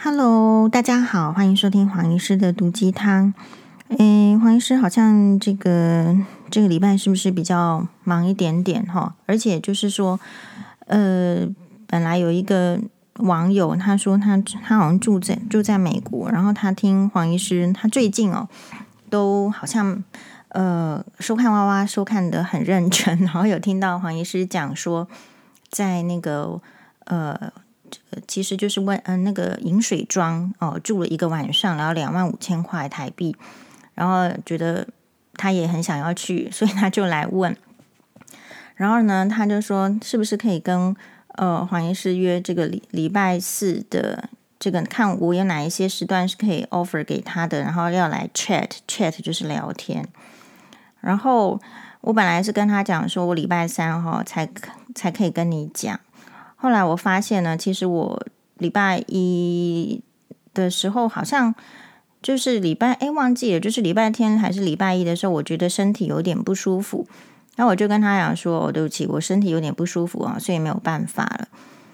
Hello，大家好，欢迎收听黄医师的毒鸡汤。黄医师好像这个礼拜是不是比较忙一点点哈？而且就是说，本来有一个网友他说他好像住在美国，然后他听黄医师，他最近都好像收看娃娃收看得很认真，然后有听到黄医师讲说，在那个其实就是那个饮水庄住了一个晚上，然后25,000块台币，然后觉得他也很想要去，所以他就来问。然后呢，他就说是不是可以跟黄医师约这个礼拜四的这个，看我有哪一些时段是可以 offer 给他的，然后要来 chat 就是聊天。然后我本来是跟他讲说我礼拜三才可以跟你讲。后来我发现呢，其实我礼拜一的时候好像就是忘记了，就是礼拜天还是礼拜一的时候，我觉得身体有点不舒服，然后我就跟他讲说，对不起，我身体有点不舒服啊，所以没有办法了。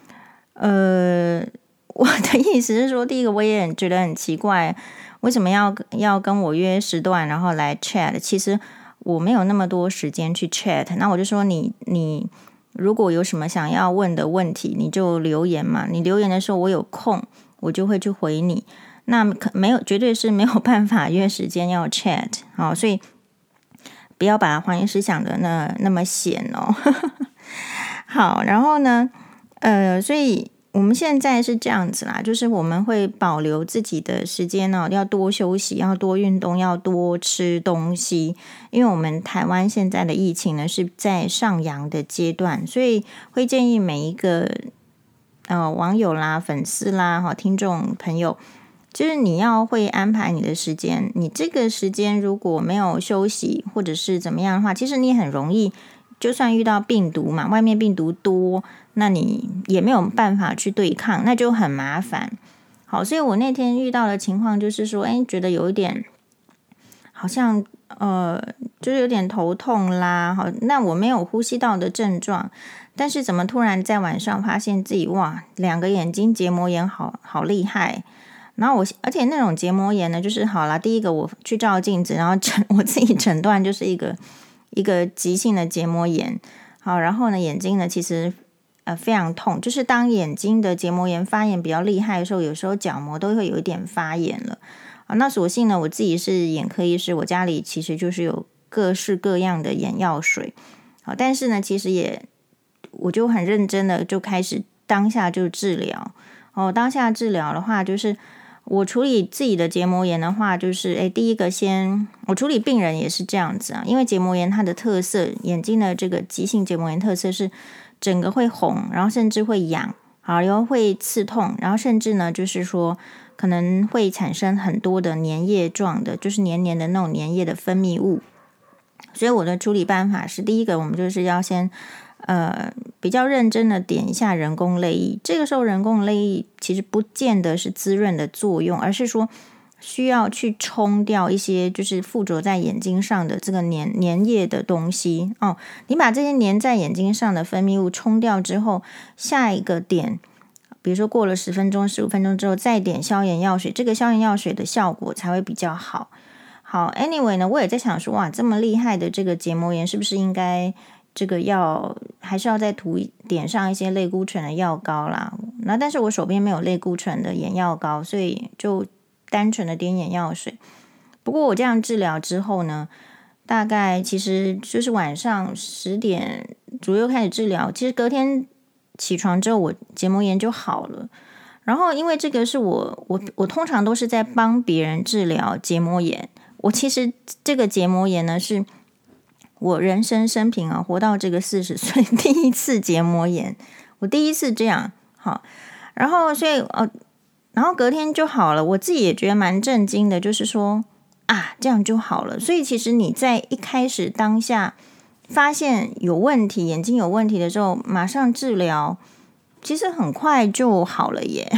我的意思是说，第一个我也觉得很奇怪，为什么要跟我约时段，然后来 chat？ 其实我没有那么多时间去 chat， 那我就说你如果有什么想要问的问题，你就留言嘛。你留言的时候，我有空，我就会去回你。那绝对是没有办法约时间要 chat， 所以不要把黄医师想的那么闲哦。好，然后呢，所以我们现在是这样子啦，就是我们会保留自己的时间要多休息，要多运动，要多吃东西。因为我们台湾现在的疫情呢是在上扬的阶段，所以会建议每一个网友啦、粉丝啦、听众朋友，就是你要会安排你的时间。你这个时间如果没有休息或者是怎么样的话，其实你很容易，就算遇到病毒嘛，外面病毒多，那你也没有办法去对抗，那就很麻烦。好，所以我那天遇到的情况就是说，觉得有一点好像就是有点头痛啦。好，那我没有呼吸道的症状，但是怎么突然在晚上发现自己2个眼睛结膜炎好厉害。然后而且那种结膜炎呢，就是好啦，第一个我去照镜子，然后我自己诊断就是一个急性的结膜炎。好，然后呢，眼睛呢其实非常痛，就是当眼睛的结膜炎发炎比较厉害的时候，有时候角膜都会有一点发炎了。那所幸呢，我自己是眼科医师，我家里其实就是有各式各样的眼药水。好，但是呢，其实我就很认真的就开始当下就治疗。当下治疗的话，就是我处理自己的结膜炎的话，就是第一个我处理病人也是这样子啊，因为结膜炎它的特色，眼睛的这个急性结膜炎特色是整个会红，然后甚至会痒，好，然后会刺痛，然后甚至呢就是说可能会产生很多的粘液状的，就是黏黏的那种粘液的分泌物。所以我的处理办法是，第一个我们就是要先比较认真的点一下人工泪液。这个时候人工泪液其实不见得是滋润的作用，而是说需要去冲掉一些就是附着在眼睛上的这个粘液的东西你把这些粘在眼睛上的分泌物冲掉之后，下一个点比如说过了10分钟15分钟之后再点消炎药水，这个消炎药水的效果才会比较好。好 anyway 呢，我也在想说这么厉害的这个结膜炎是不是应该这个还是要再点上一些类固醇的药膏啦。那但是我手边没有类固醇的眼药膏，所以就单纯的点眼药水。不过我这样治疗之后呢，大概其实就是晚上10点左右开始治疗，其实隔天起床之后我结膜炎就好了。然后因为这个是我通常都是在帮别人治疗结膜炎，我其实这个结膜炎呢是我人生平活到这个40岁第一次结膜炎，我第一次这样。好，然后所以然后隔天就好了，我自己也觉得蛮震惊的，就是说这样就好了。所以其实你在一开始当下发现有问题，眼睛有问题的时候，马上治疗，其实很快就好了耶。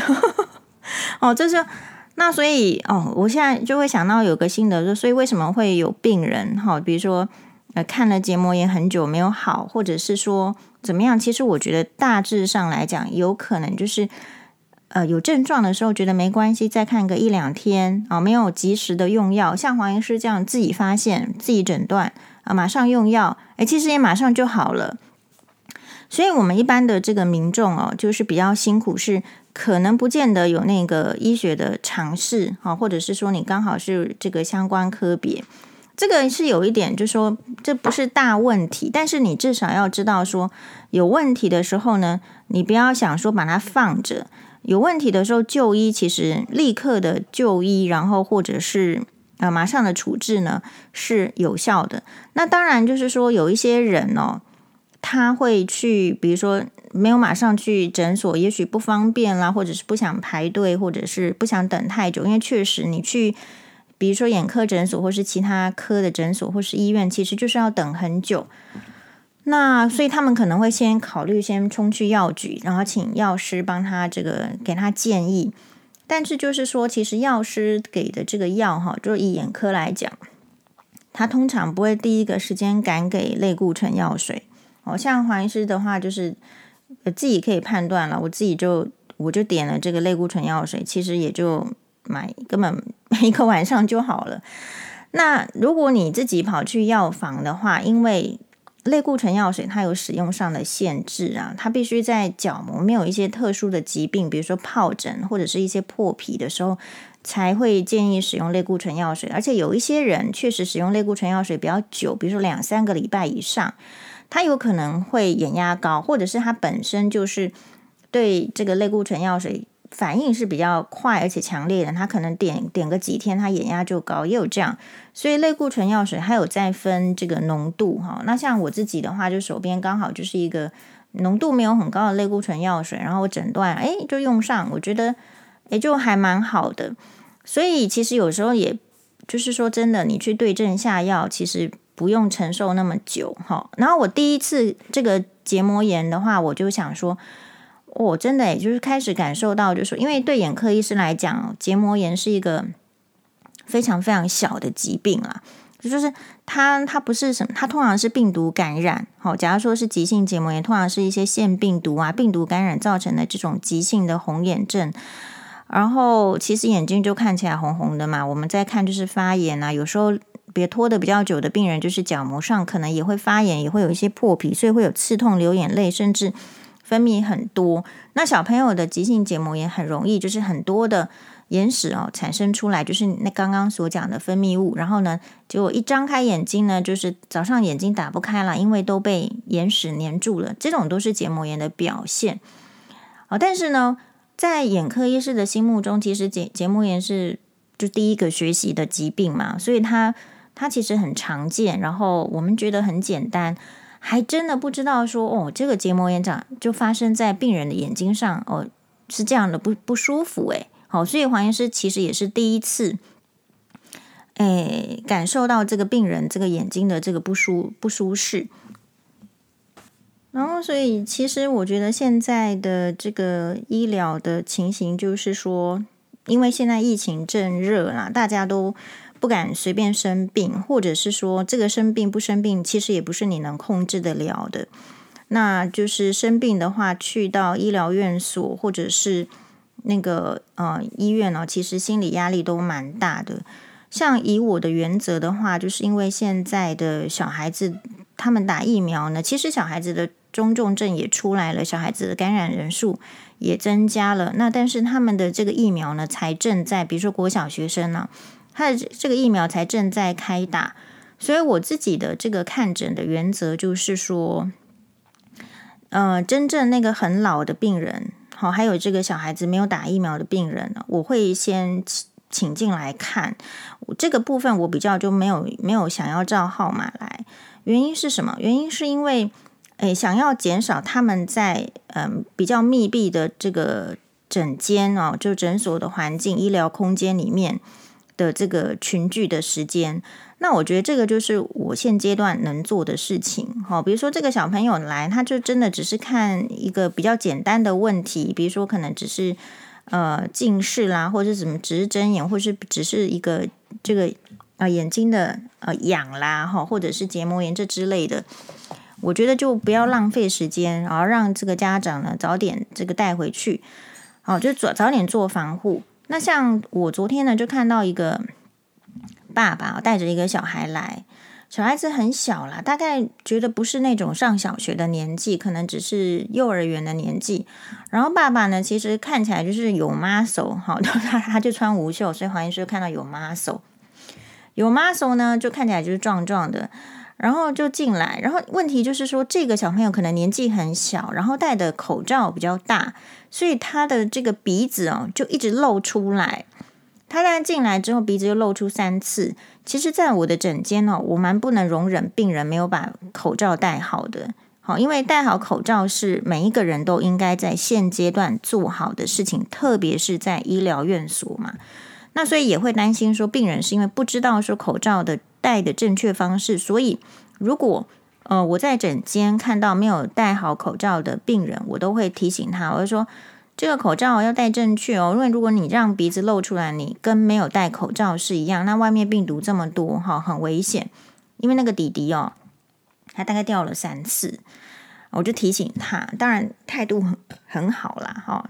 那所以我现在就会想到有个心得，所以为什么会有病人比如说看了结膜炎很久没有好，或者是说怎么样，其实我觉得大致上来讲有可能就是有症状的时候觉得没关系，再看个1-2天没有及时的用药，像黄医师这样自己发现自己诊断马上用药，其实也马上就好了。所以我们一般的这个民众就是比较辛苦，是可能不见得有那个医学的常识或者是说你刚好是这个相关科别，这个是有一点就是说这不是大问题，但是你至少要知道说有问题的时候呢，你不要想说把它放着，有问题的时候就医，其实立刻的就医，然后或者是马上的处置呢是有效的。那当然就是说有一些人他会去比如说没有马上去诊所，也许不方便啦，或者是不想排队，或者是不想等太久，因为确实你去比如说眼科诊所或是其他科的诊所或是医院，其实就是要等很久。那所以他们可能会先考虑先冲去药局，然后请药师帮他给他建议。但是就是说其实药师给的这个药就以眼科来讲，他通常不会第一个时间赶给类固醇药水。像黄医师的话就是自己可以判断了，我就点了这个类固醇药水，其实也就根本一个晚上就好了。那如果你自己跑去药房的话，因为类固醇药水它有使用上的限制它必须在角膜没有一些特殊的疾病，比如说疱疹或者是一些破皮的时候才会建议使用类固醇药水。而且有一些人确实使用类固醇药水比较久，比如说2-3个礼拜以上，他有可能会眼压高，或者是他本身就是对这个类固醇药水反应是比较快而且强烈的，他可能点个几天他眼压就高，也有这样。所以类固醇药水还有再分这个浓度那像我自己的话，就手边刚好就是一个浓度没有很高的类固醇药水，然后我诊断就用上，我觉得就还蛮好的。所以其实有时候也就是说真的，你去对症下药其实不用承受那么久然后我第一次这个结膜炎的话，我就想说真的就是开始感受到，就是说因为对眼科医师来讲，结膜炎是一个非常非常小的疾病啦，就是它不是什么，它通常是病毒感染假如说是急性结膜炎，通常是一些腺病毒病毒感染造成的这种急性的红眼症，然后其实眼睛就看起来红红的嘛，我们再看就是发炎有时候别拖得比较久的病人，就是角膜上可能也会发炎，也会有一些破皮，所以会有刺痛、流眼泪，甚至分泌很多。那小朋友的急性结膜炎很容易就是很多的眼屎产生出来，就是那刚刚所讲的分泌物，然后呢结果一张开眼睛呢，就是早上眼睛打不开了，因为都被眼屎黏住了，这种都是结膜炎的表现但是呢在眼科医师的心目中，其实结膜炎是就第一个学习的疾病嘛，所以它其实很常见，然后我们觉得很简单，还真的不知道说这个结膜炎就发生在病人的眼睛上是这样的不舒服所以黄医师其实也是第一次感受到这个病人这个眼睛的这个不舒适。然后所以其实我觉得现在的这个医疗的情形就是说，因为现在疫情正热啦，大家都不敢随便生病，或者是说这个生病不生病其实也不是你能控制得了的。那就是生病的话去到医疗院所或者是那个医院其实心理压力都蛮大的。像以我的原则的话，就是因为现在的小孩子他们打疫苗呢，其实小孩子的中重症也出来了，小孩子的感染人数也增加了，那但是他们的这个疫苗呢才正在，比如说国小学生他的这个疫苗才正在开打。所以我自己的这个看诊的原则就是说真正那个很老的病人还有这个小孩子没有打疫苗的病人我会先请进来看，这个部分我比较就没有想要照号码来。原因是什么？原因是因为想要减少他们在比较密闭的这个诊间就诊所的环境、医疗空间里面的这个群聚的时间。那我觉得这个就是我现阶段能做的事情比如说这个小朋友来，他就真的只是看一个比较简单的问题，比如说可能只是近视啦，或者是什么只是睁眼，或是只是一个这个眼睛的痒啦或者是结膜炎这之类的，我觉得就不要浪费时间，然后让这个家长呢早点这个带回去。 就早点做防护。那像我昨天呢，就看到一个爸爸带着一个小孩来，小孩子很小啦，大概觉得不是那种上小学的年纪，可能只是幼儿园的年纪。然后爸爸呢，其实看起来就是有 muscle， 他就穿无袖，所以黄医师看到有 muscle， 有 muscle 呢，就看起来就是壮壮的。然后就进来，然后问题就是说，这个小朋友可能年纪很小，然后戴的口罩比较大，所以他的这个鼻子就一直露出来。他在进来之后，鼻子就露出3次。其实，在我的诊间我蛮不能容忍病人没有把口罩戴好的。因为戴好口罩是每一个人都应该在现阶段做好的事情，特别是在医疗院所嘛。那所以也会担心说，病人是因为不知道说口罩的戴的正确方式，所以如果我在诊间看到没有戴好口罩的病人，我都会提醒他，我就说这个口罩要戴正确因为如果你让鼻子露出来，你跟没有戴口罩是一样，那外面病毒这么多很危险。因为那个弟弟他大概掉了3次，我就提醒他，当然态度很好啦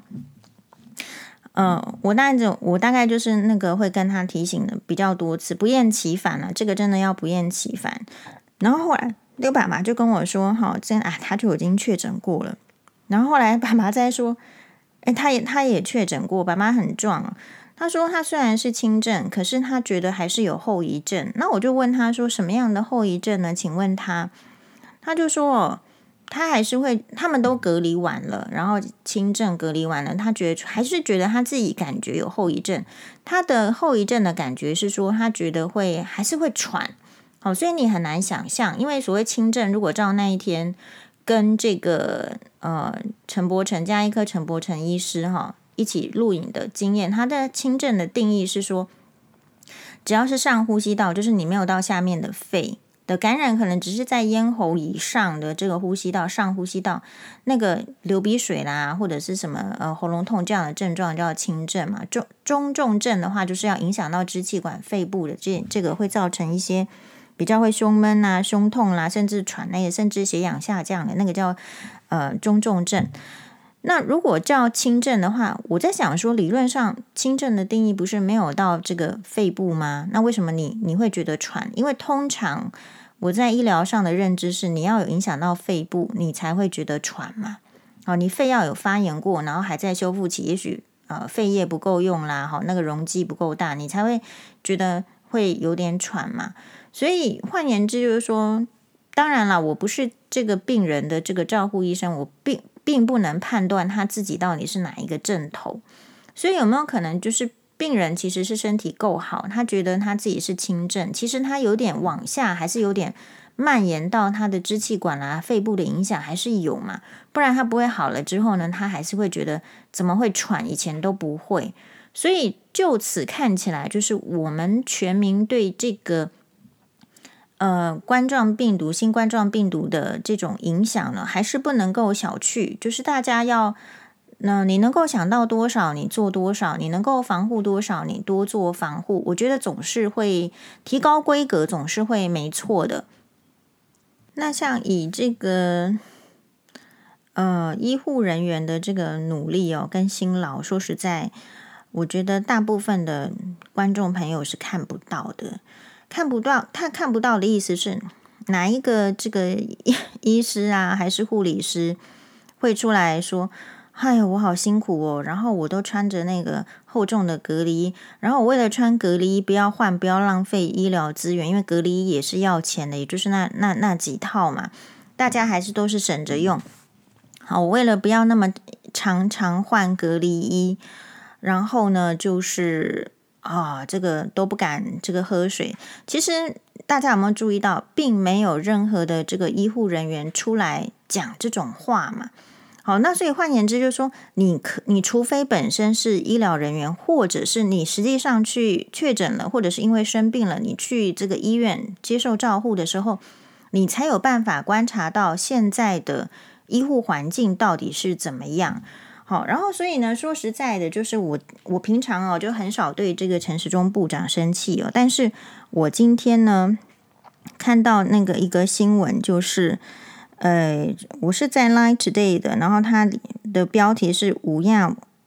我大概就是那个会跟他提醒的比较多次，不厌其烦了，这个真的要不厌其烦。然后后来那个爸爸就跟我说他就已经确诊过了。然后后来爸爸再说他也确诊过，爸爸很壮他说他虽然是轻症，可是他觉得还是有后遗症。那我就问他说什么样的后遗症呢？请问他就说他还是会，他们都隔离完了，然后轻症隔离完了，他还是觉得他自己感觉有后遗症。他的后遗症的感觉是说，他觉得还是会喘。所以你很难想象，因为所谓轻症，如果照那一天跟这个陈柏成加医科陈柏成医师一起录影的经验，他的轻症的定义是说，只要是上呼吸道，就是你没有到下面的肺的感染，可能只是在咽喉以上的这个呼吸道，上呼吸道那个流鼻水啦，或者是什么喉咙痛这样的症状叫轻症嘛。中重症的话，就是要影响到支气管、肺部的这个会造成一些比较会胸闷啊、胸痛啦，甚至喘那个，甚至血氧下降的那个叫中重症。那如果叫轻症的话，我在想说，理论上轻症的定义不是没有到这个肺部吗？那为什么你会觉得喘？因为通常我在医疗上的认知是，你要有影响到肺部，你才会觉得喘嘛。你肺要有发炎过，然后还在修复期，也许肺叶不够用啦，那个容积不够大，你才会觉得会有点喘嘛。所以换言之就是说，当然啦，我不是这个病人的这个照护医生，我并不能判断他自己到底是哪一个症头。所以有没有可能就是病人其实是身体够好，他觉得他自己是轻症，其实他有点往下，还是有点蔓延到他的支气管啦、肺部的影响还是有嘛，不然他不会好了之后呢，他还是会觉得怎么会喘，以前都不会。所以就此看起来，就是我们全民对这个冠状病毒、新冠状病毒的这种影响呢，还是不能够小觑。就是大家要，你能够想到多少，你做多少；你能够防护多少，你多做防护。我觉得总是会提高规格，总是会没错的。那像以这个医护人员的这个努力跟辛劳，说实在，我觉得大部分的观众朋友是看不到的。他看不到的意思是哪一个这个医师啊，还是护理师会出来说，哎呀，我好辛苦然后我都穿着那个厚重的隔离衣，然后我为了穿隔离衣不要浪费医疗资源，因为隔离衣也是要钱的，也就是那几套嘛，大家还是都是省着用。好，我为了不要那么常换隔离衣，然后呢就是这个都不敢这个喝水。其实大家有没有注意到，并没有任何的这个医护人员出来讲这种话嘛？好，那所以换言之就是说，你除非本身是医疗人员，或者是你实际上去确诊了，或者是因为生病了，你去这个医院接受照护的时候，你才有办法观察到现在的医护环境到底是怎么样。好，然后所以呢，说实在的，就是我平常就很少对这个陈时中部长生气但是我今天呢看到那个一个新闻，就是我是在 Line Today 的，然后它的标题是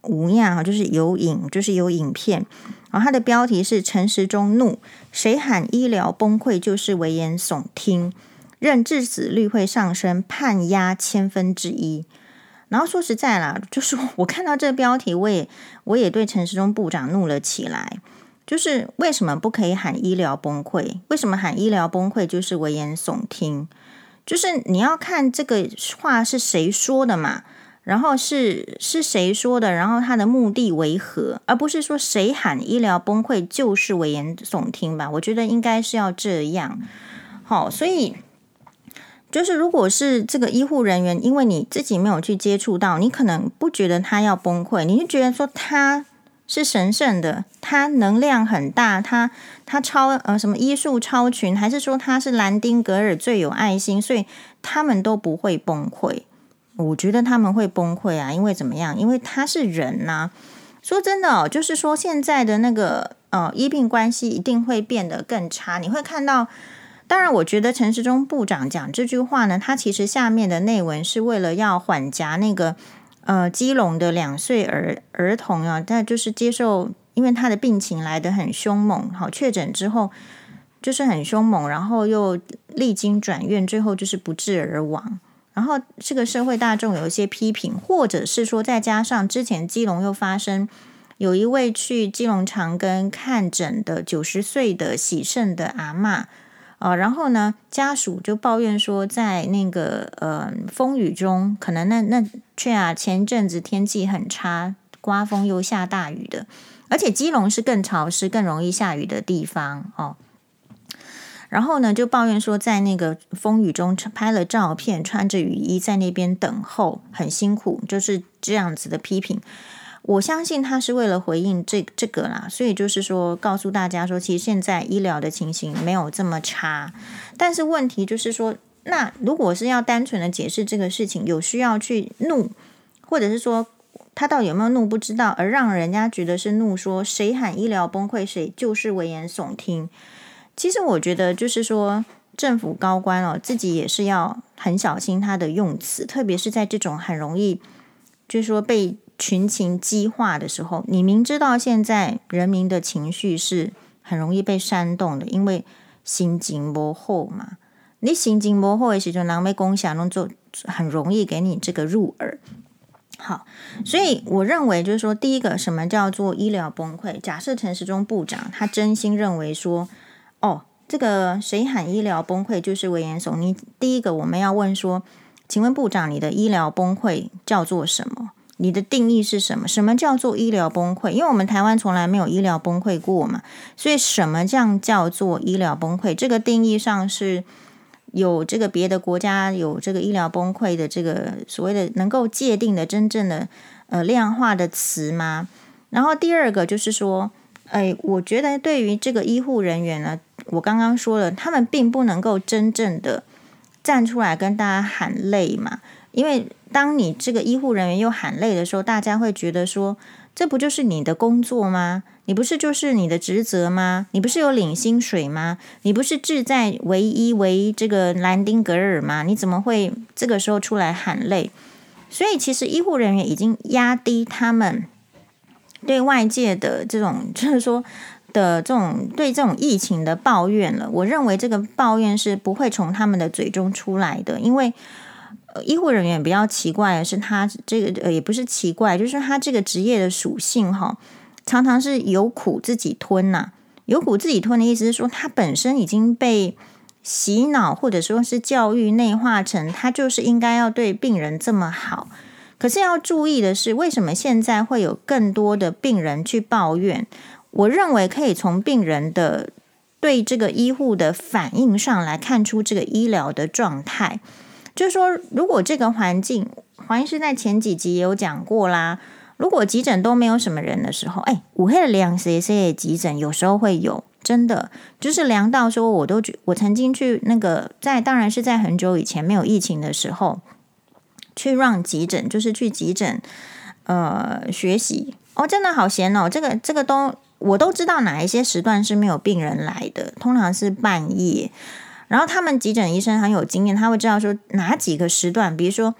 无恙，就是有影，就是有影片。然后它的标题是陈时中怒，谁喊医疗崩溃就是危言耸听，认致死率会上升，判压1/1000。然后说实在啦，就是我看到这个标题，我也对陈时中部长怒了起来。就是为什么不可以喊医疗崩溃？为什么喊医疗崩溃就是危言耸听？就是你要看这个话是谁说的嘛，然后是谁说的，然后他的目的为何，而不是说谁喊医疗崩溃就是危言耸听吧？我觉得应该是要这样。好，所以就是如果是这个医护人员，因为你自己没有去接触到，你可能不觉得他要崩溃，你就觉得说他是神圣的，他能量很大，他超什么医术超群，还是说他是兰丁格尔最有爱心，所以他们都不会崩溃。我觉得他们会崩溃啊，因为怎么样？因为他是人啊。说真的就是说现在的那个医病关系一定会变得更差。你会看到，当然我觉得陈时中部长讲这句话呢，他其实下面的内文是为了要缓夹那个基隆的2岁儿童啊，但就是接受，因为他的病情来得很凶猛，好，确诊之后就是很凶猛，然后又历经转院，最后就是不治而亡。然后这个社会大众有一些批评，或者是说再加上之前基隆又发生有一位去基隆长庚看诊的90岁的喜肾的阿嬷。然后呢，家属就抱怨说，在那个风雨中，可能那前阵子天气很差，刮风又下大雨的，而且基隆是更潮湿、更容易下雨的地方哦。然后呢，就抱怨说，在那个风雨中拍了照片，穿着雨衣在那边等候，很辛苦，就是这样子的批评。我相信他是为了回应这个啦，所以就是说告诉大家说，其实现在医疗的情形没有这么差，但是问题就是说，那如果是要单纯的解释这个事情，有需要去怒，或者是说他到底有没有怒不知道，而让人家觉得是怒，说谁喊医疗崩溃，谁就是危言耸听。其实我觉得就是说，政府高官自己也是要很小心他的用词，特别是在这种很容易就是说被群情激化的时候，你明知道现在人民的情绪是很容易被煽动的，因为心情不好嘛。你心情不好的时候，人被攻下弄就很容易给你这个入耳。好，所以我认为就是说，第一个，什么叫做医疗崩溃？假设陈时中部长他真心认为说，这个谁喊医疗崩溃就是危言耸听。第一个，我们要问说，请问部长，你的医疗崩溃叫做什么？你的定义是什么？什么叫做医疗崩溃？因为我们台湾从来没有医疗崩溃过嘛，所以什么这样叫做医疗崩溃？这个定义上是有这个别的国家有这个医疗崩溃的这个所谓的能够界定的真正的量化的词吗？然后第二个就是说，我觉得对于这个医护人员呢，我刚刚说了，他们并不能够真正的站出来跟大家喊累嘛。因为当你这个医护人员又喊累的时候，大家会觉得说，这不就是你的工作吗？你不是就是你的职责吗？你不是有领薪水吗？你不是志在为这个兰丁格尔吗？你怎么会这个时候出来喊累？所以其实医护人员已经压低他们对外界的这种就是说的这种对这种疫情的抱怨了。我认为这个抱怨是不会从他们的嘴中出来的，因为医护人员比较奇怪的是，他这个也不是奇怪，就是他这个职业的属性常常是有苦自己吞呐。有苦自己吞的意思是说，他本身已经被洗脑或者说是教育内化成他就是应该要对病人这么好。可是要注意的是，为什么现在会有更多的病人去抱怨？我认为可以从病人的对这个医护的反应上来看出这个医疗的状态。就是说，如果这个环境，黄医师在前几集也有讲过啦，如果急诊都没有什么人的时候，我会量谁的急诊，有时候会有，真的就是量到说，我曾经去那个当然是在很久以前没有疫情的时候，去run急诊，就是去急诊学习真的好闲这个我都知道哪一些时段是没有病人来的，通常是半夜。然后他们急诊医生很有经验，他会知道说哪几个时段，比如说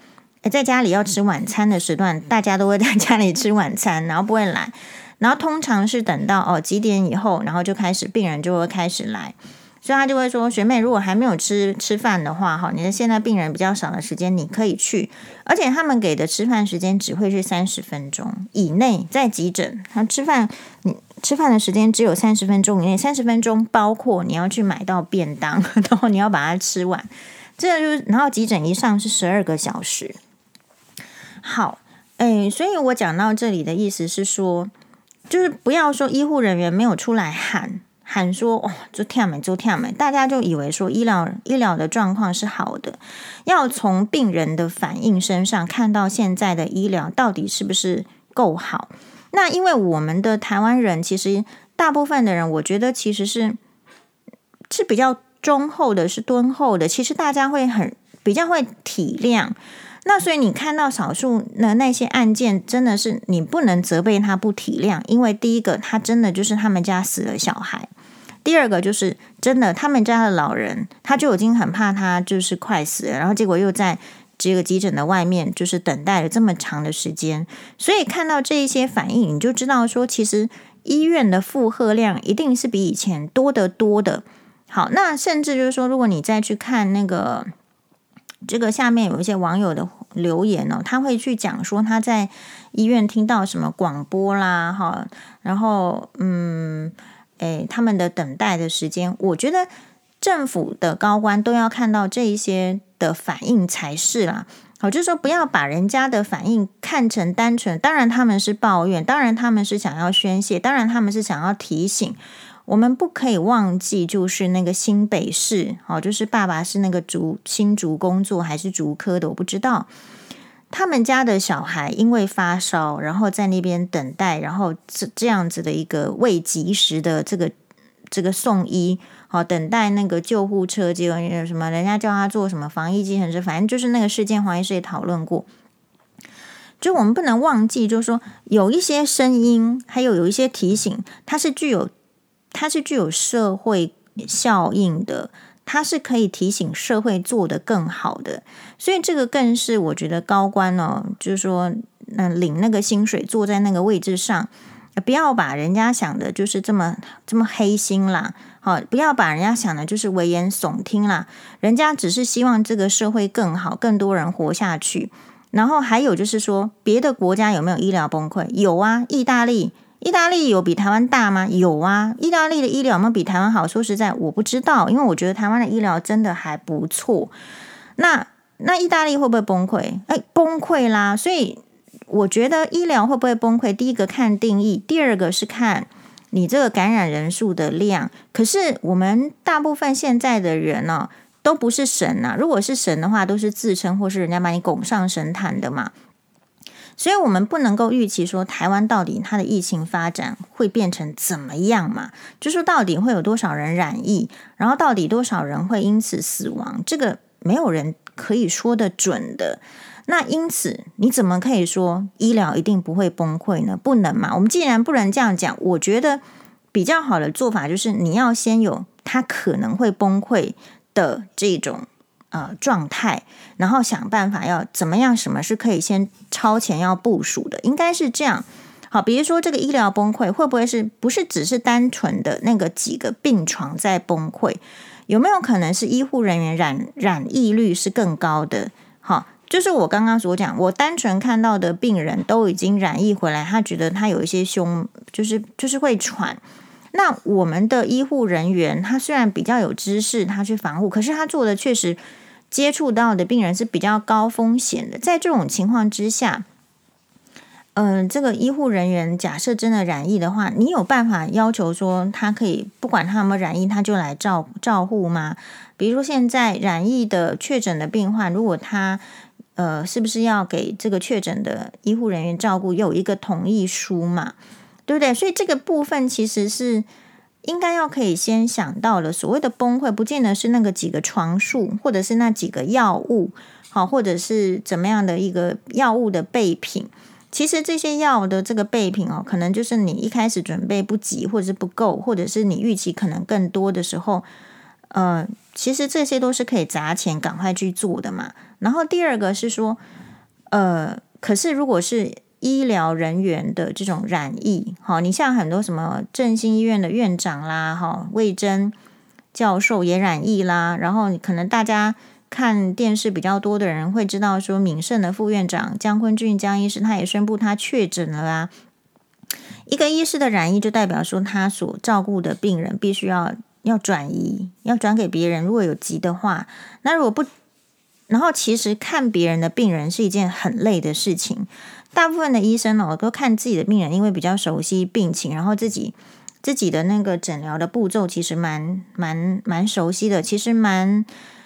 在家里要吃晚餐的时段，大家都会在家里吃晚餐，然后不会来。然后通常是等到几点以后，然后就开始病人就会开始来，所以他就会说，学妹如果还没有吃饭的话，你的现在病人比较少的时间，你可以去，而且他们给的吃饭时间只会是30分钟以内，在急诊，他吃饭的时间只有30分钟以内，30分钟包括你要去买到便当，然后你要把它吃完，这就是，然后急诊一上是12个小时。好，所以我讲到这里的意思是说，就是不要说医护人员没有出来喊说就跳美，大家就以为说医疗的状况是好的，要从病人的反应身上看到现在的医疗到底是不是够好。那因为我们的台湾人其实大部分的人，我觉得其实是比较忠厚的，是敦厚的，其实大家会比较会体谅。那所以你看到少数的那些案件，真的是你不能责备他不体谅，因为第一个他真的就是他们家死了小孩，第二个就是真的他们家的老人他就已经很怕他就是快死了，然后结果又在这个急诊的外面就是等待了这么长的时间，所以看到这一些反应，你就知道说其实医院的负荷量一定是比以前多得多的。好，那甚至就是说，如果你再去看那个这个下面有一些网友的留言他会去讲说他在医院听到什么广播啦，然后他们的等待的时间，我觉得政府的高官都要看到这一些的反应才是啦。好，就是说不要把人家的反应看成单纯，当然他们是抱怨，当然他们是想要宣泄，当然他们是想要提醒。我们不可以忘记，就是那个新北市，就是爸爸是那个新竹工作还是竹科的，我不知道。他们家的小孩因为发烧，然后在那边等待，然后这样子的一个未及时的这个送医，等待那个救护车，结果什么人家叫他做什么防疫计程车，反正就是那个事件，黄医师也讨论过。就我们不能忘记，就是说有一些声音，还有一些提醒，它是具有社会效应的，它是可以提醒社会做得更好的，所以这个更是我觉得高官就是说领那个薪水坐在那个位置上，不要把人家想的就是这么黑心啦，不要把人家想的就是危言耸听啦，人家只是希望这个社会更好，更多人活下去。然后还有就是说，别的国家有没有医疗崩溃？有啊，意大利有比台湾大吗？有啊，意大利的医疗有没有比台湾好？说实在我不知道，因为我觉得台湾的医疗真的还不错。那意大利会不会崩溃？崩溃啦！所以我觉得医疗会不会崩溃，第一个看定义，第二个是看你这个感染人数的量。可是我们大部分现在的人都不是神啊，如果是神的话，都是自称或是人家把你拱上神坛的嘛。所以我们不能够预期说台湾到底它的疫情发展会变成怎么样嘛，就说到底会有多少人染疫，然后到底多少人会因此死亡，这个没有人可以说得准的。那因此你怎么可以说医疗一定不会崩溃呢？不能嘛。我们既然不能这样讲，我觉得比较好的做法就是你要先有它可能会崩溃的这种状态，然后想办法要怎么样，什么是可以先超前要部署的，应该是这样。好，比如说这个医疗崩溃会不会不是只是单纯的那个几个病床在崩溃，有没有可能是医护人员染疫率是更高的？好，就是我刚刚所讲，我单纯看到的病人都已经染疫回来，他觉得他有一些就是会喘。那我们的医护人员他虽然比较有知识，他去防护，可是他做的确实接触到的病人是比较高风险的。在这种情况之下，这个医护人员假设真的染疫的话，你有办法要求说他可以不管他有没有染疫，他就来照护吗？比如说现在染疫的确诊的病患，如果他是不是要给这个确诊的医护人员照顾，有一个同意书嘛？对不对？所以这个部分其实是应该要可以先想到了。所谓的崩溃，不见得是那个几个床数，或者是那几个药物，好，或者是怎么样的一个药物的备品。其实这些药的这个备品可能就是你一开始准备不及，或者是不够，或者是你预期可能更多的时候，其实这些都是可以砸钱赶快去做的嘛。然后第二个是说， 可是如果是医疗人员的这种染疫，你像很多什么振兴医院的院长啦，魏征教授也染疫啦，然后可能大家看电视比较多的人会知道说，敏盛的副院长江坤俊江医师他也宣布他确诊了啊。一个医师的染疫就代表说他所照顾的病人必须要转移，要转给别人，如果有急的话。那如果不，然后其实看别人的病人是一件很累的事情。大部分的医生都看自己的病人，因为比较熟悉病情，然后自己的那个诊疗的步骤其实蛮熟悉的，其实蛮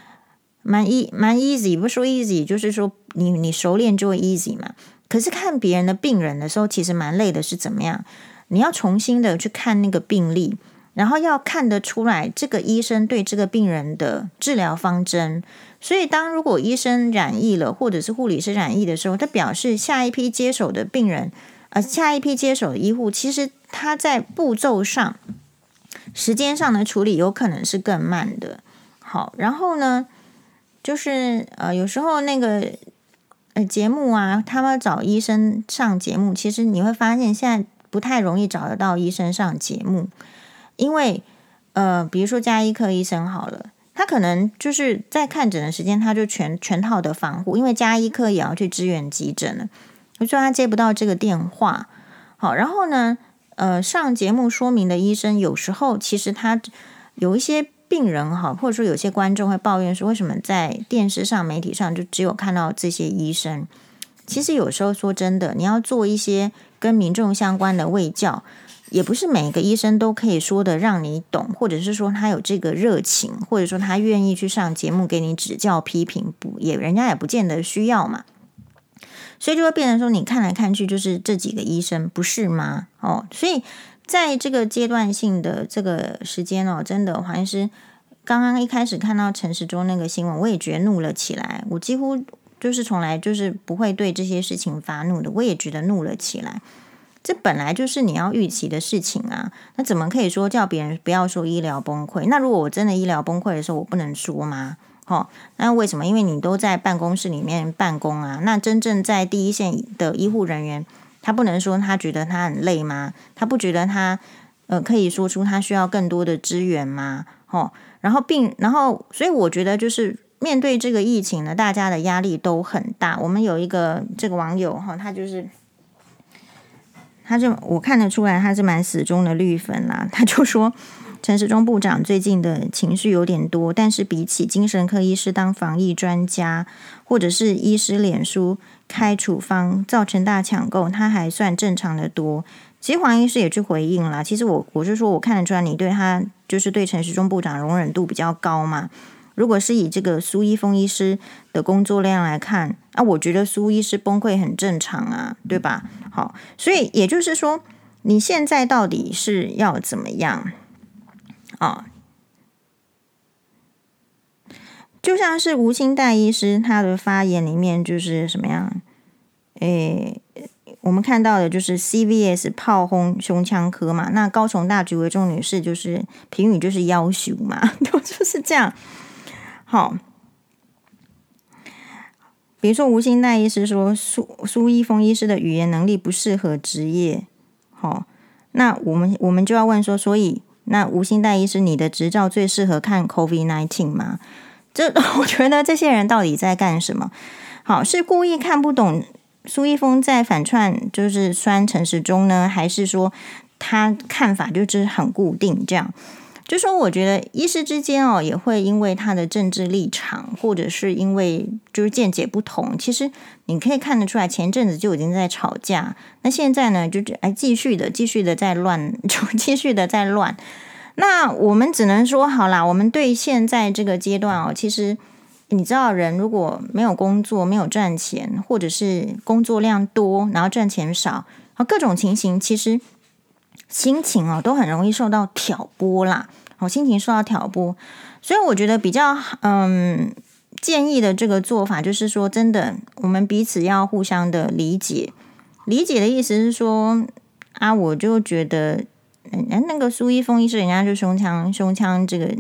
easy， 不说 easy， 就是说你熟练就会 easy 嘛。可是看别人的病人的时候，其实蛮累的，是怎么样？你要重新的去看那个病历，然后要看得出来这个医生对这个病人的治疗方针。所以如果医生染疫了，或者是护理师染疫的时候，他表示下一批接手的病人，下一批接手的医护，其实他在步骤上、时间上的处理有可能是更慢的。好，然后呢，就是有时候那个节目啊，他们找医生上节目，其实你会发现现在不太容易找得到医生上节目，因为比如说家医科医生好了。他可能就是在看诊的时间，他就全套的防护，因为家医科也要去支援急诊了，所以他接不到这个电话。好，然后呢，上节目说明的医生，有时候其实他有一些病人或者说有些观众会抱怨说，为什么在电视上、媒体上就只有看到这些医生？其实有时候说真的，你要做一些跟民众相关的卫教。也不是每个医生都可以说的让你懂，或者是说他有这个热情，或者说他愿意去上节目给你指教批评，人家也不见得需要嘛。所以就会变成说你看来看去就是这几个医生，不是吗？所以在这个阶段性的这个时间真的黄医师刚刚一开始看到陈时中那个新闻，我也觉得怒了起来。我几乎就是从来就是不会对这些事情发怒的，我也觉得怒了起来。这本来就是你要预期的事情啊，那怎么可以说叫别人不要说医疗崩溃？那如果我真的医疗崩溃的时候，我不能说吗？那为什么？因为你都在办公室里面办公啊，那真正在第一线的医护人员，他不能说他觉得他很累吗？他不觉得他可以说出他需要更多的资源吗？然后所以我觉得就是面对这个疫情呢，大家的压力都很大。我们有一个这个网友他就我看得出来他是蛮死忠的绿粉啦，他就说陈时中部长最近的情绪有点多，但是比起精神科医师当防疫专家，或者是医师脸书开处方造成大抢购，他还算正常的多。其实黄医师也去回应啦，其实我就说我看得出来你对他就是对陈时中部长容忍度比较高嘛。如果是以这个苏一峰医师的工作量来看我觉得苏医师崩溃很正常啊，对吧？好，所以也就是说你现在到底是要怎么样就像是吴欣岱医师他的发言里面就是什么样我们看到的就是 CVS 炮轰胸腔科嘛，那高雄大橘为仲女士就是评语就是夭寿嘛就是这样。好，比如说吴欣岱医师说苏一峰医师的语言能力不适合职业。好，那我们就要问说，所以那吴欣岱医师你的执照最适合看 COVID-19 吗？我觉得这些人到底在干什么？好，是故意看不懂苏一峰在反串就是酸陈时中呢，还是说他看法就是很固定这样？就说我觉得医师之间也会因为他的政治立场，或者是因为就是见解不同，其实你可以看得出来，前阵子就已经在吵架，那现在呢就继续的在乱，就继续的在乱。那我们只能说好啦，我们对现在这个阶段其实你知道人如果没有工作，没有赚钱，或者是工作量多然后赚钱少，各种情形其实心情都很容易受到挑拨啦，心情受到挑拨。所以我觉得比较建议的这个做法就是说，真的我们彼此要互相的理解。理解的意思是说我就觉得那个苏一峰医师人家就胸腔这个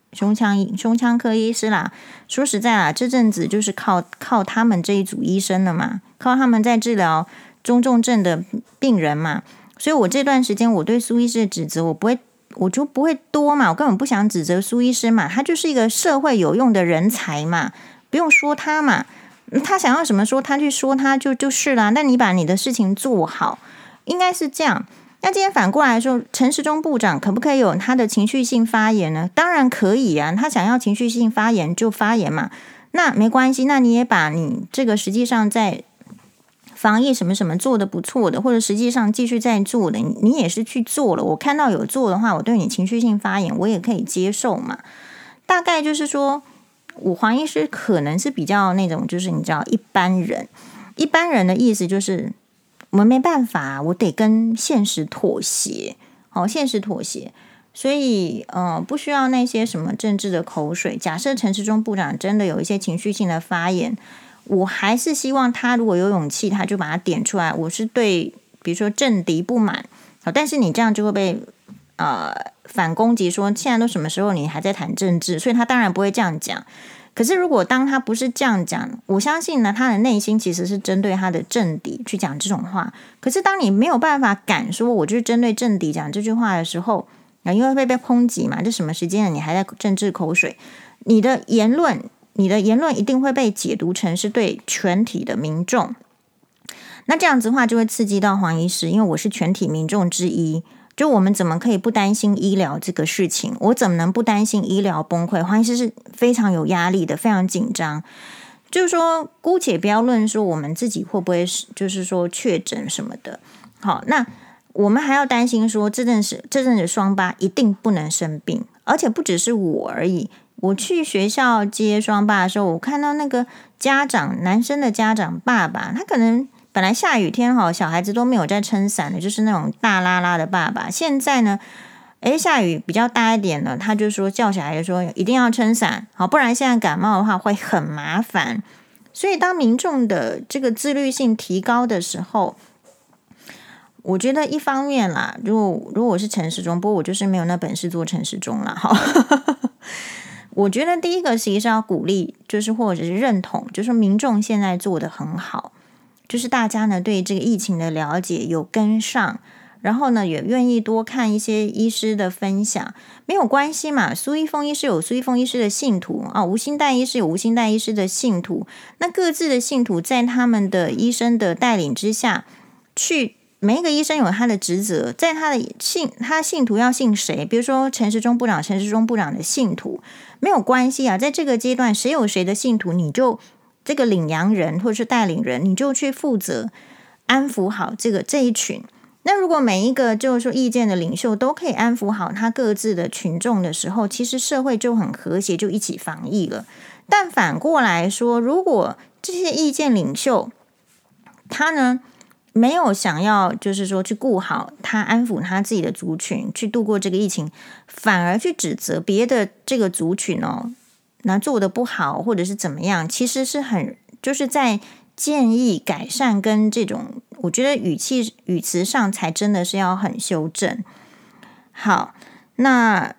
胸腔科医师啦。说实在啦，这阵子就是靠他们这一组医生了嘛，靠他们在治疗中重症的病人嘛。所以我这段时间我对苏医师的指责，我就不会多嘛，我根本不想指责苏医师嘛，他就是一个社会有用的人才嘛，不用说他嘛，他想要什么说他去说他就是啦。但你把你的事情做好，应该是这样。那今天反过来说，陈时中部长可不可以有他的情绪性发言呢？当然可以啊，他想要情绪性发言就发言嘛，那没关系。那你也把你这个实际上在防疫什么什么做的不错的，或者实际上继续在做的，你也是去做了。我看到有做的话，我对你情绪性发言我也可以接受嘛。大概就是说，我黄医师可能是比较那种，就是你知道一般人的意思就是。我们没办法，我得跟现实妥协，现实妥协，所以不需要那些什么政治的口水。假设陈时中部长真的有一些情绪性的发言，我还是希望他如果有勇气，他就把它点出来。我是对比如说政敌不满，但是你这样就会被反攻击说现在都什么时候你还在谈政治，所以他当然不会这样讲。可是如果当他不是这样讲，我相信呢，他的内心其实是针对他的政敌去讲这种话。可是当你没有办法敢说我就是针对政敌讲这句话的时候，因为会被抨击嘛，这什么时间了你还在政治口水，你的言论一定会被解读成是对全体的民众。那这样子的话就会刺激到黄医师，因为我是全体民众之一。就我们怎么可以不担心医疗这个事情？我怎么能不担心医疗崩溃？黄医师是非常有压力的，非常紧张。就是说，姑且不要论说我们自己会不会就是说确诊什么的。好，那我们还要担心说这阵子双八一定不能生病，而且不只是我而已。我去学校接双八的时候，我看到那个家长，男生的家长爸爸，他可能。本来下雨天小孩子都没有在撑伞的，就是那种大拉拉的爸爸。现在呢，下雨比较大一点了，他就说叫小孩说一定要撑伞，不然现在感冒的话会很麻烦。所以当民众的这个自律性提高的时候，我觉得一方面啦，如果我是陈时中，不过我就是没有那本事做陈时中啦。我觉得第一个其实是要鼓励，就是或者是认同，就是民众现在做得很好。就是大家呢对这个疫情的了解有跟上，然后呢也愿意多看一些医师的分享，没有关系嘛。苏一峰医师有苏一峰医师的信徒啊，吴欣岱医师有吴欣岱医师的信徒，那各自的信徒在他们的医生的带领之下去，每一个医生有他的职责，在他信徒要信谁，比如说陈时中部长的信徒没有关系啊，在这个阶段谁有谁的信徒，你就这个领羊人或者是带领人，你就去负责安抚好这一群。那如果每一个就是说意见的领袖都可以安抚好他各自的群众的时候，其实社会就很和谐，就一起防疫了。但反过来说，如果这些意见领袖他呢没有想要就是说去顾好他安抚他自己的族群去度过这个疫情，反而去指责别的这个族群那做的不好或者是怎么样，其实是就是在建议改善跟这种我觉得语词上才真的是要很修正。好，那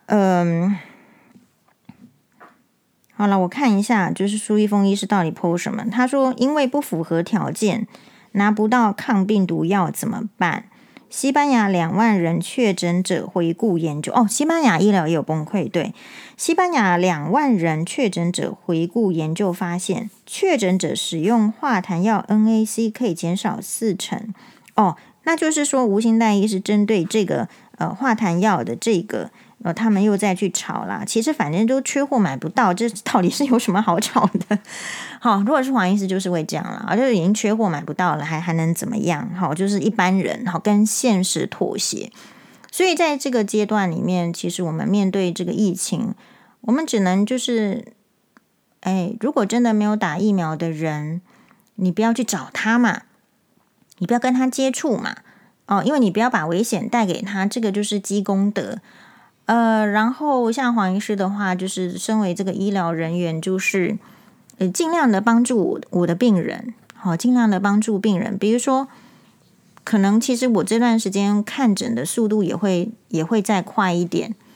好了，我看一下就是苏一峰医师到底 po 什么。他说因为不符合条件拿不到抗病毒药怎么办？西班牙2万人确诊者回顾研究西班牙医疗也有崩溃。对，西班牙2万人确诊者回顾研究发现，确诊者使用化痰药 NAC 可以减少40%。那就是说吴欣岱医师针对这个化痰药的这个他们又再去炒啦。其实反正都缺货买不到，这到底是有什么好炒的？好，如果是黄医师就是会这样啦，就已经缺货买不到了，还能怎么样？好，就是一般人跟现实妥协。所以在这个阶段里面，其实我们面对这个疫情，我们只能就是如果真的没有打疫苗的人，你不要去找他嘛，你不要跟他接触嘛，因为你不要把危险带给他，这个就是积功德。然后像黄医师的话，就是身为这个医疗人员，就是尽量的帮助我的病人，尽量的帮助病人。比如说，可能其实我这段时间看诊的速度也会再快一点，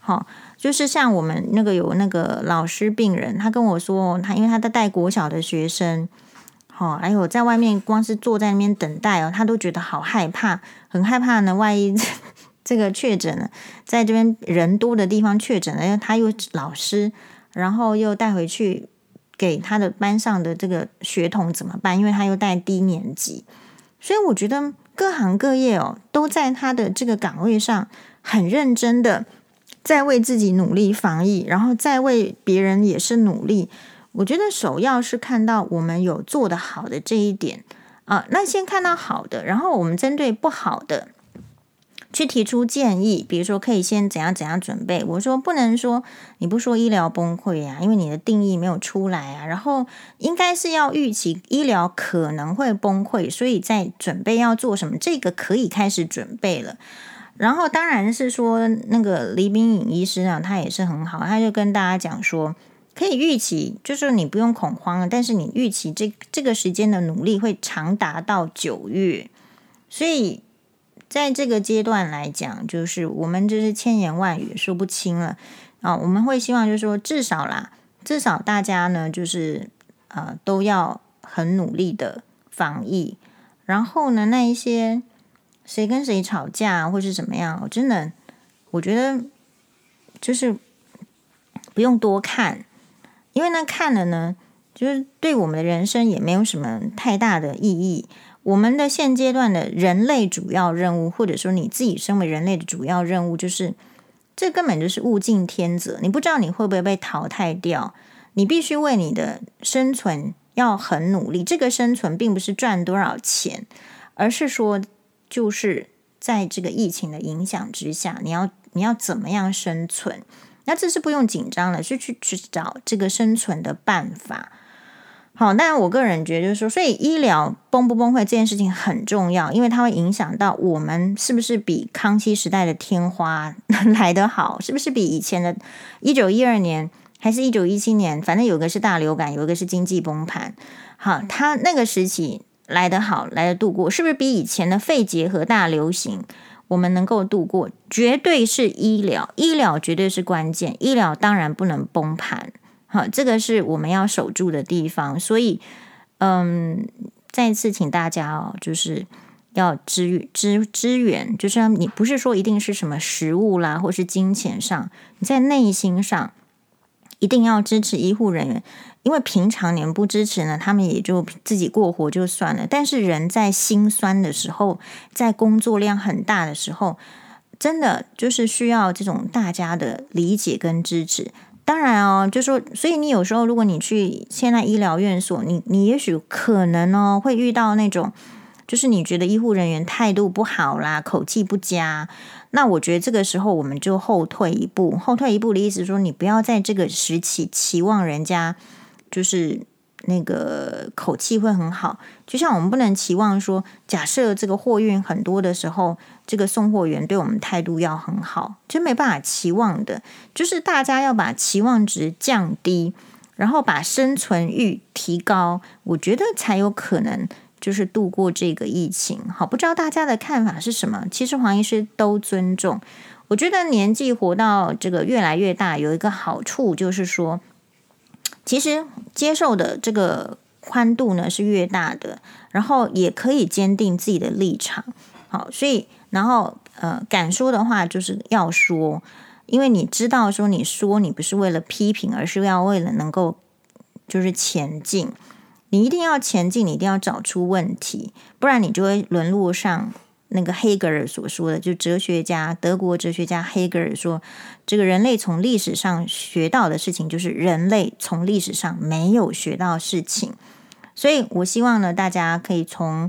就是像我们有那个老师病人，他跟我说，因为他在带国小的学生，还有在外面光是坐在那边等待他都觉得好害怕，很害怕呢，万一这个确诊了，在这边人多的地方确诊了，因为他又老师，然后又带回去给他的班上的这个学童怎么办？因为他又带低年级，所以我觉得各行各业都在他的这个岗位上很认真的在为自己努力防疫，然后在为别人也是努力。我觉得首要是看到我们有做得好的这一点那先看到好的，然后我们针对不好的去提出建议，比如说可以先怎样怎样准备。我说不能说你不说医疗崩溃因为你的定义没有出来然后应该是要预期医疗可能会崩溃，所以在准备要做什么，这个可以开始准备了。然后当然是说那个李秉颖医师他也是很好，他就跟大家讲说可以预期，就是你不用恐慌但是你预期这个时间的努力会长达到9月，所以在这个阶段来讲，就是我们就是千言万语说不清了我们会希望就是说至少大家呢就是都要很努力的防疫，然后呢那一些谁跟谁吵架或是怎么样，我觉得就是不用多看，因为看了呢就是对我们的人生也没有什么太大的意义。我们的现阶段的人类主要任务，或者说你自己身为人类的主要任务，就是这根本就是物竞天择，你不知道你会不会被淘汰掉，你必须为你的生存要很努力。这个生存并不是赚多少钱，而是说就是在这个疫情的影响之下，你要怎么样生存，那这是不用紧张的，是去找这个生存的办法。好，但我个人觉得就是说，所以医疗崩不崩溃这件事情很重要，因为它会影响到我们是不是比康熙时代的天花来得好，是不是比以前的1912年还是1917年，反正有个是大流感，有一个是经济崩盘，好，它那个时期来得好，来得度过，是不是比以前的肺结核大流行我们能够度过？绝对是医疗绝对是关键，医疗当然不能崩盘。好，这个是我们要守住的地方，所以再次请大家就是要支援，就是你不是说一定是什么食物啦，或是金钱上，你在内心上一定要支持医护人员，因为平常你们不支持呢，他们也就自己过活就算了，但是人在心酸的时候，在工作量很大的时候，真的就是需要这种大家的理解跟支持。当然就说，所以你有时候如果你去现在医疗院所，你也许可能会遇到那种，就是你觉得医护人员态度不好啦，口气不佳，那我觉得这个时候我们就后退一步。后退一步的意思说，你不要在这个时期期望人家就是那个口气会很好，就像我们不能期望说，假设这个货运很多的时候，这个送货员对我们态度要很好，就没办法期望的。就是大家要把期望值降低，然后把生存欲提高，我觉得才有可能就是度过这个疫情。好，不知道大家的看法是什么？其实黄医师都尊重。我觉得年纪活到这个越来越大，有一个好处就是说，其实接受的这个宽度呢是越大的，然后也可以坚定自己的立场。好，所以然后敢说的话就是要说，因为你知道说你不是为了批评，而是要为了能够就是前进。你一定要前进，你一定要找出问题，不然你就会沦落上那个黑格尔所说的，就德国哲学家黑格尔说，这个人类从历史上学到的事情，就是人类从历史上没有学到事情。所以我希望呢，大家可以从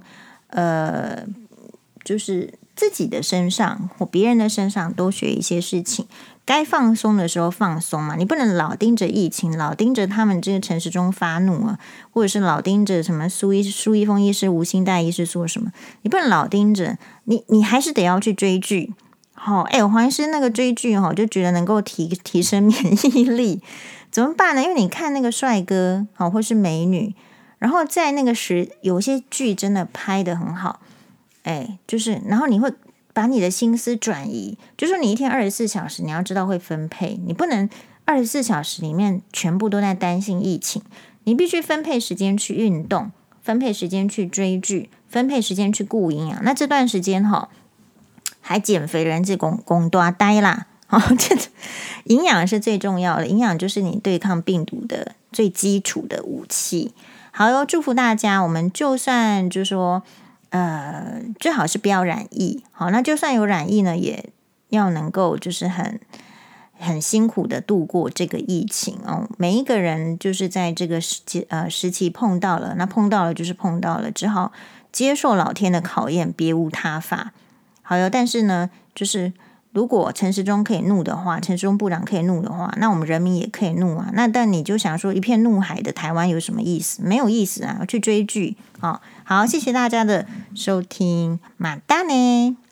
就是自己的身上或别人的身上多学一些事情。该放松的时候放松嘛，你不能老盯着疫情，老盯着他们这个陈时中发怒或者是老盯着什么苏一峰医师、吴欣岱医师说什么，你不能老盯着，你还是得要去追剧。我黄医师那个追剧就觉得能够提升免疫力，怎么办呢？因为你看那个帅哥或是美女，然后在那个有些剧真的拍得很好，就是然后你会把你的心思转移，就说你一天24小时，你要知道会分配，你不能24小时里面全部都在担心疫情，你必须分配时间去运动，分配时间去追剧，分配时间去顾营养。那这段时间还减肥的人这公多呆啦。这营养是最重要的，营养就是你对抗病毒的最基础的武器。好哟，祝福大家，我们就算就是说最好是不要染疫，好，那就算有染疫呢，也要能够就是很辛苦的度过这个疫情哦。每一个人就是在这个时期碰到了，那碰到了就是碰到了，只好接受老天的考验，别无他法。好哟，但是呢，就是如果陈时中可以怒的话，陈时中部长可以怒的话，那我们人民也可以怒啊。那但你就想说，一片怒海的台湾有什么意思？没有意思啊，去追剧。好，谢谢大家的收听，马达呢。